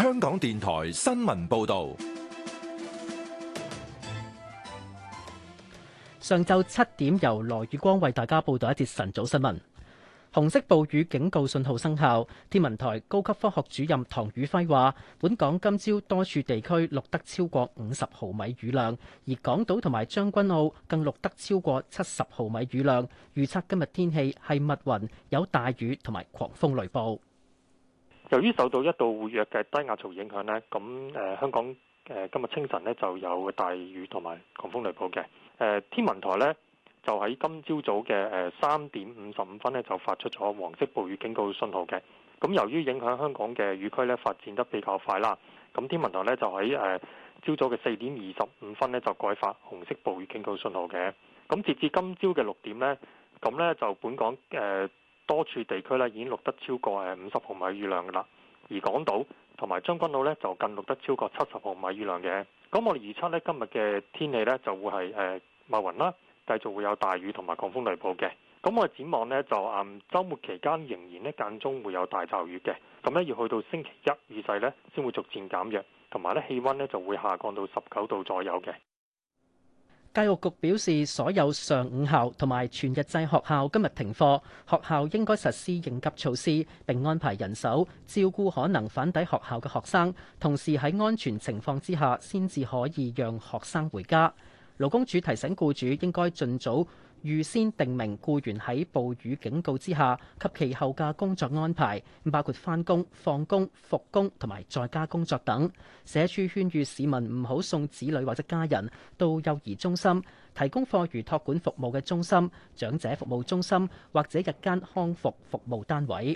香港電台新聞報導。 上晝7點，由羅宇光為大家報道一節晨早新聞。紅色暴雨警告信號生效，天文台高級科學主任唐宇輝話，本港今朝多處地區錄得超過50毫米雨量，而港島同埋將軍澳更錄得超過70毫米雨量。預測今日天氣係密雲，有大雨同埋狂風雷暴。 由於受到一道活躍嘅低壓槽影響呢，咁香港今日清晨呢就有大雨同埋狂風雷暴嘅。天文台呢就喺今朝早嘅3點55分呢就發出咗黃色暴雨警告信號嘅。咁由於影響香港嘅雨區呢發展得比較快啦，咁天文台呢就喺朝早嘅4點25分呢就改發紅色暴雨警告信號嘅。咁截至今朝嘅6點呢，咁呢就本港多處地區呢已經錄得超過50毫米雨量㗎啦，而港島同埋將軍澳呢就更錄得超過70毫米雨量嘅。咁我哋預測呢，今日嘅天氣呢就會係密雲啦，繼續會有大雨同埋狂風雷暴嘅。咁我哋展望呢，就週末期間仍然呢間中會有大驟雨嘅。咁呢要去到星期一雨勢呢先會逐漸減弱，同埋呢氣温呢就會下降到19度左右嘅。 教育局表示，所有上午校同埋全日制學校今日停課，學校應該實施應急措施，並安排人手照顧可能返抵學校嘅學生，同時喺安全情況之下先至可以讓學生回家。勞工處提醒僱主應該盡早預先定明僱員喺暴雨警告之下及其後嘅工作安排，包括返工、放工、復工同埋在家工作等。社署勸喻市民唔好送子女或者家人到幼兒中心、提供課餘託管服務嘅中心、長者服務中心或者日間康復服務單位。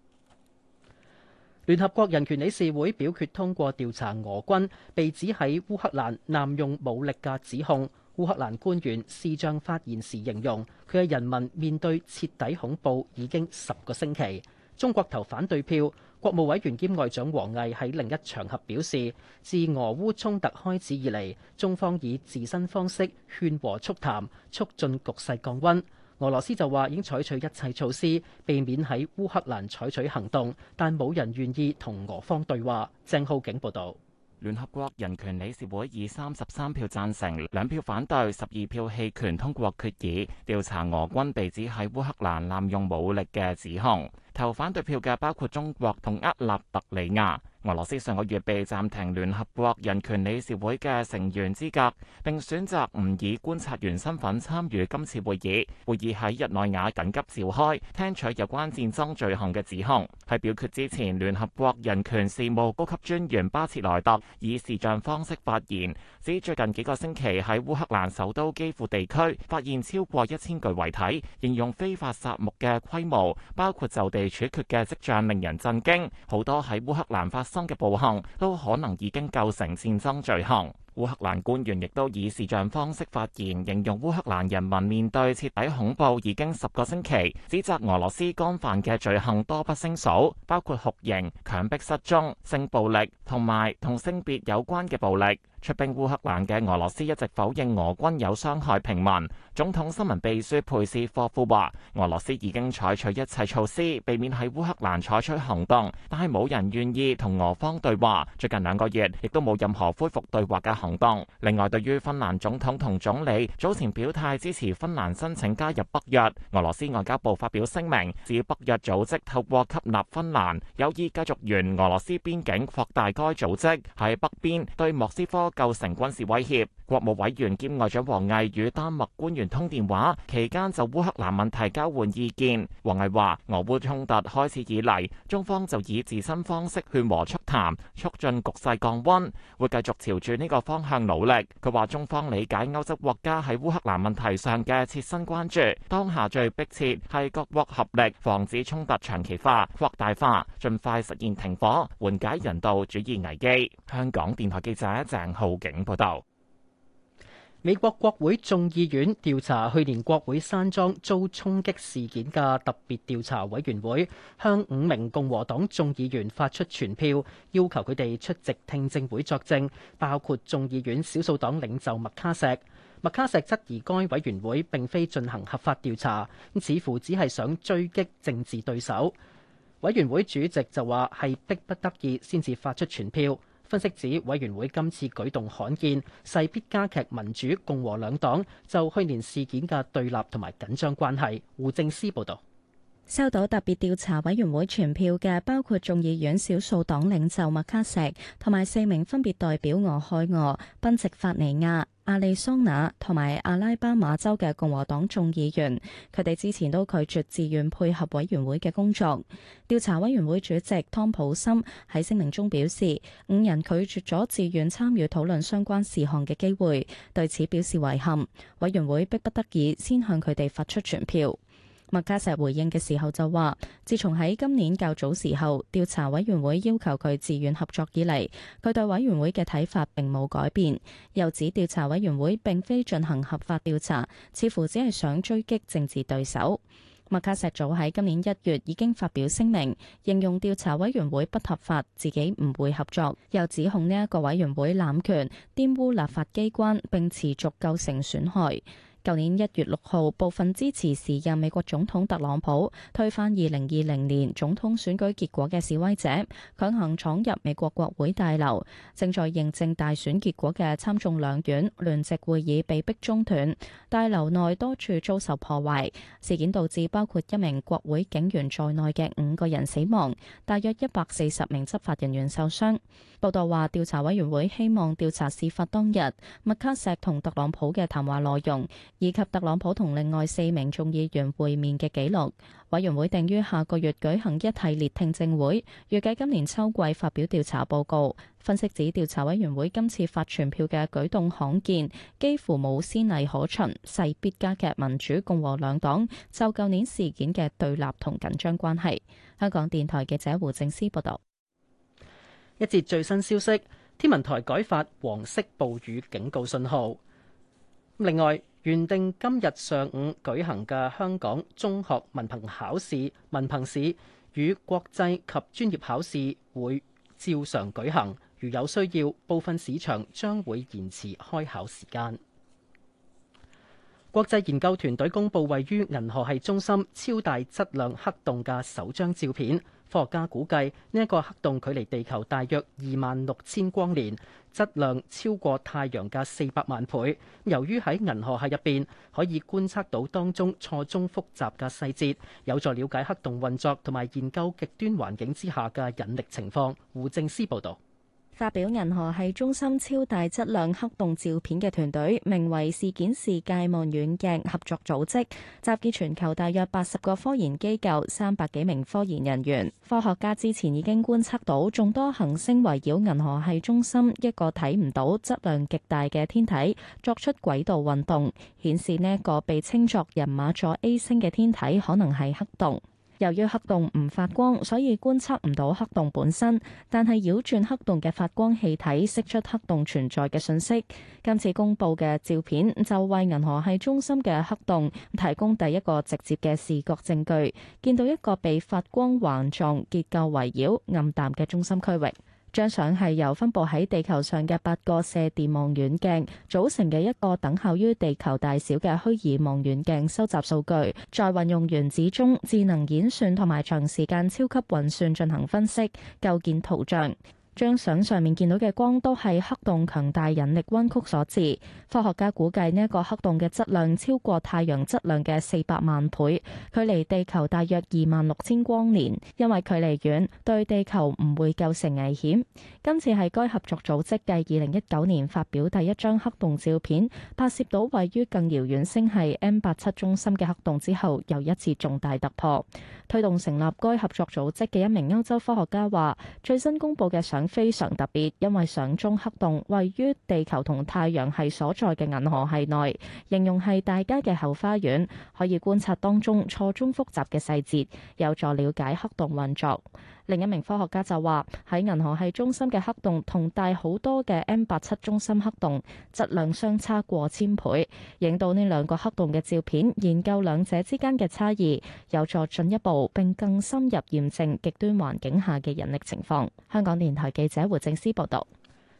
聯合國人權理事會表決通過調查俄軍被指喺烏克蘭濫用武力嘅指控。烏克蘭官員視像發言時形容，佢嘅人民面對徹底恐怖已經10個星期。中國投反對票。國務委員兼外長王毅喺另一場合表示，自俄烏衝突開始以嚟，中方以自身方式勸和促談，促進局勢降溫。俄羅斯就話已經採取一切措施，避免喺烏克蘭採取行動，但冇人願意同俄方對話。鄭浩景報導。 聯合國人權理事會以33票贊成、2票反對、12票棄權通過決議，調查俄軍被指喺烏克蘭濫用武力嘅指控。投反對票嘅包括中國同厄立特里亞。俄羅斯上個月被暫停聯合國人權理事會嘅成員資格，並選擇唔以觀察員身份參與今次會議。會議喺日內瓦緊急召開，聽取有關戰爭罪行嘅指控。喺表決之前，聯合國人權事務高級專員巴切萊特以視像方式發言，指最近幾個星期喺烏克蘭首都基輔地區發現超過1000具遺體，形容非法殺戮嘅規模，包括就地處決嘅跡象令人震驚，好多喺烏克蘭發生嘅暴行都可能已經構成戰爭罪行。烏克蘭官員亦都以視像方式發言，形容烏克蘭人民面對徹底恐怖已經10個星期，指責俄羅斯干犯嘅罪行多不勝數，包括酷刑、強迫失蹤、性暴力同埋同性別有關嘅暴力。出兵烏克蘭嘅俄羅斯一直否認俄軍有傷害平民。總統新聞秘書佩斯科夫話，俄羅斯已經採取一切措施，避免喺烏克蘭採取行動，但係冇人願意同俄方對話。最近2個月，亦都冇任何恢復對話嘅行動。另外，對於芬蘭總統同總理早前表態支持芬蘭申請加入北約，俄羅斯外交部發表聲明，指北約組織透過吸納芬蘭，有意繼續沿俄羅斯邊境擴大該組織喺北邊對莫斯科構成軍事威脅。國務委員兼外長王毅與丹麥官員通電話期間就烏克蘭問題交換意見。王毅話：俄烏衝突開始以嚟，中方就以自身方式勸和促談，促進局勢降溫，會繼續朝住呢個方向努力。佢話：中方理解歐洲國家喺烏克蘭問題上嘅切身關注，當下最迫切係各國合力防止衝突長期化、擴大化，盡快實現停火，緩解人道主義危機。香港電台記者鄭浩景報道。 美國國會眾議院調查去年國會山莊遭衝擊事件嘅特別調查委員會，向5名共和黨眾議員發出傳票，要求佢哋出席聽證會作證，包括眾議院少數黨領袖麥卡錫。麥卡錫質疑該委員會並非進行合法調查，似乎只係想追擊政治對手。 委員會主席就話係迫不得已先至發出傳票。分析指委員會今次舉動罕見，勢必加劇民主共和兩黨就去年事件嘅對立同埋緊張關係。胡正思報導。 收到特別調查委員會傳票嘅包括眾議院少數黨領袖麥卡錫同埋4名分別代表俄亥俄、賓夕法尼亞、亞利桑那同埋阿拉巴馬州嘅共和黨眾議員，佢哋之前都拒絕自願配合委員會嘅工作。調查委員會主席湯普森喺聲明中表示，5人拒絕咗自願參與討論相關事項嘅機會，對此表示遺憾。委員會迫不得已先向佢哋發出傳票。麥卡錫回應嘅時候就話，自從喺今年較早時候調查委員會要求佢自願合作以嚟，佢對委員會嘅睇法並冇改變。又指調查委員會並非進行合法調查，似乎只係想追擊政治對手。麥卡錫早喺今年1月已經發表聲明，形容調查委員會不合法，自己唔會合作，又指控呢一個委員會濫權、玷污立法機關，並持續構成損害。舊年1月6號，部分支持時任美國總統特朗普推翻2020年總統選舉結果嘅示威者，強行闖入美國國會大樓，正在認證大選結果嘅參眾兩院聯席會議被迫中斷，大樓內多處遭受破壞。事件導致包括1名國會警員在內嘅5個人死亡，大約140名執法人員受傷。報道話，調查委員會希望調查事發當日麥卡錫同特朗普嘅談話內容，以及特朗普同另外4名眾議員會面嘅記錄。委員會定於下個月舉行一系列聽證會，預計今年秋季發表調查報告。分析指調查委員會今次發傳票嘅舉動罕見，幾乎冇先例可循，勢必加劇民主共和兩黨就舊年事件嘅對立同緊張關係。香港電台記者胡正思報道。 一節最新消息，天文台改發黃色暴雨警告信號。另外，原定今日上午舉行嘅香港中學文憑考試文憑試與國際及專業考試會照常舉行，如有需要，部分試場將會延遲開考時間。國際研究團隊公佈位於銀河系中心超大質量黑洞嘅首張照片。科學家估計呢一個黑洞距離地球大約26,000光年，質量超過太陽嘅400萬倍。由於喺銀河系入邊可以觀察到當中錯綜複雜嘅細節，有助了解黑洞運作同埋研究極端環境之下嘅引力情況。胡正思報導。 發表銀河系中心超大質量黑洞照片嘅團隊名為事件視界望遠鏡合作組織，集結全球大約80個科研機構、300幾名科研人員。科學家之前已經觀測到眾多行星圍繞銀河系中心一個睇唔到、質量極大嘅天體作出軌道運動，顯示呢一個被稱作人馬座 A 星嘅天體可能係黑洞。由於黑洞唔發光，所以觀測唔到黑洞本身，但係繞轉黑洞嘅發光氣體釋出黑洞存在嘅訊息。今次公佈嘅照片就為銀河系中心嘅黑洞提供第一個直接嘅視覺證據，見到一個被發光環狀結構圍繞暗淡嘅中心區域。張相係由分佈喺地球上嘅8個射電望遠鏡組成嘅一個等效於地球大小嘅虛擬望遠鏡收集數據，再運用原子鐘、智能演算同埋長時間超級運算進行分析，構建圖像。張相上面見到嘅光都係黑洞強大引力彎曲所致。科學家估計呢一個黑洞嘅質量超過太陽質量嘅400萬倍，距離地球大約26,000光年。因為距離遠，對地球唔會構成危險。今次係該合作組織繼2019年發表第一張黑洞照片，拍攝到位於更遙遠星系 M87 中心嘅黑洞之後，又一次重大突破。推動成立該合作組織嘅一名歐洲科學家話，最新公佈嘅相非常特別，因為相中黑洞位於地球同太陽系所在嘅銀河系內，形容係大家嘅後花園，可以觀察當中錯綜複雜嘅細節，有助了解黑洞運作。另一名科學家就話，喺銀河系中心嘅黑洞同大好多嘅 M87 中心黑洞質量相差過千倍，影到呢兩個黑洞嘅照片，研究兩者之間嘅差異，有助進一步並更深入驗證極端環境下嘅引力情況。香港電台記者胡正思報道。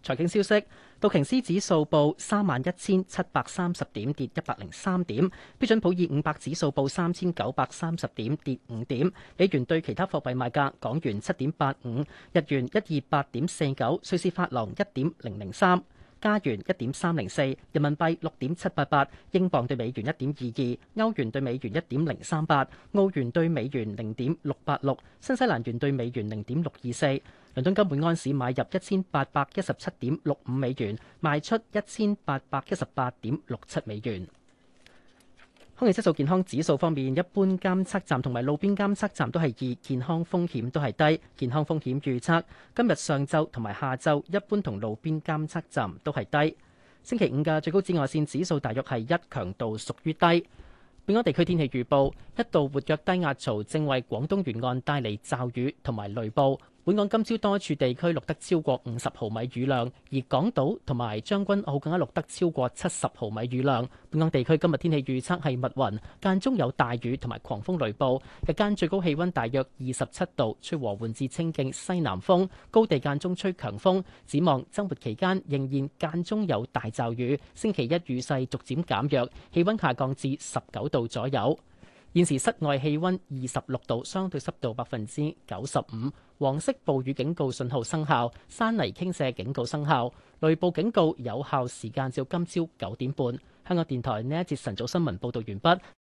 財經消息，道瓊斯指數報31,730點，跌103點；標準普爾500指數報3,930點，跌5點。美元對其他貨幣賣價：港元7.85，日元128.49，瑞士法郎1.003。加元1.304，人民幣6.788，英鎊對美元1.22，歐元對美元1.038，澳元對美元0.686，新西蘭元對美元0.624。倫敦金每安士買入1817.65美元，賣出1818.67美元。空氣質素健康指數方面，一般監測站同埋路邊監測站都係2，健康風險都係低。健康風險預測今日上晝同埋下晝，一般同路邊監測站都係低。星期五嘅最高紫外線指數大約係1，強度屬於低。本港地區天氣預報，一道活躍低壓槽正為廣東沿岸帶嚟驟雨同埋雷暴。本港今朝多處地區錄得超過50毫米雨量，而港島同埋將軍澳更加錄得超過70毫米雨量。本港地區今日天氣預測係密雲，間中有大雨同埋狂風雷暴，日間最高氣溫大約27度，吹和緩至清勁西南風，高地間中吹強風。展望週末期間仍然間中有大驟雨，星期一雨勢逐漸減弱，氣溫下降至19度左右。現時室外氣溫26度，相對濕度95%，黃色暴雨警告信號生效，山泥傾瀉警告生效，雷暴警告有效時間至今朝9點半。香港電台呢一節晨早新聞報道完畢。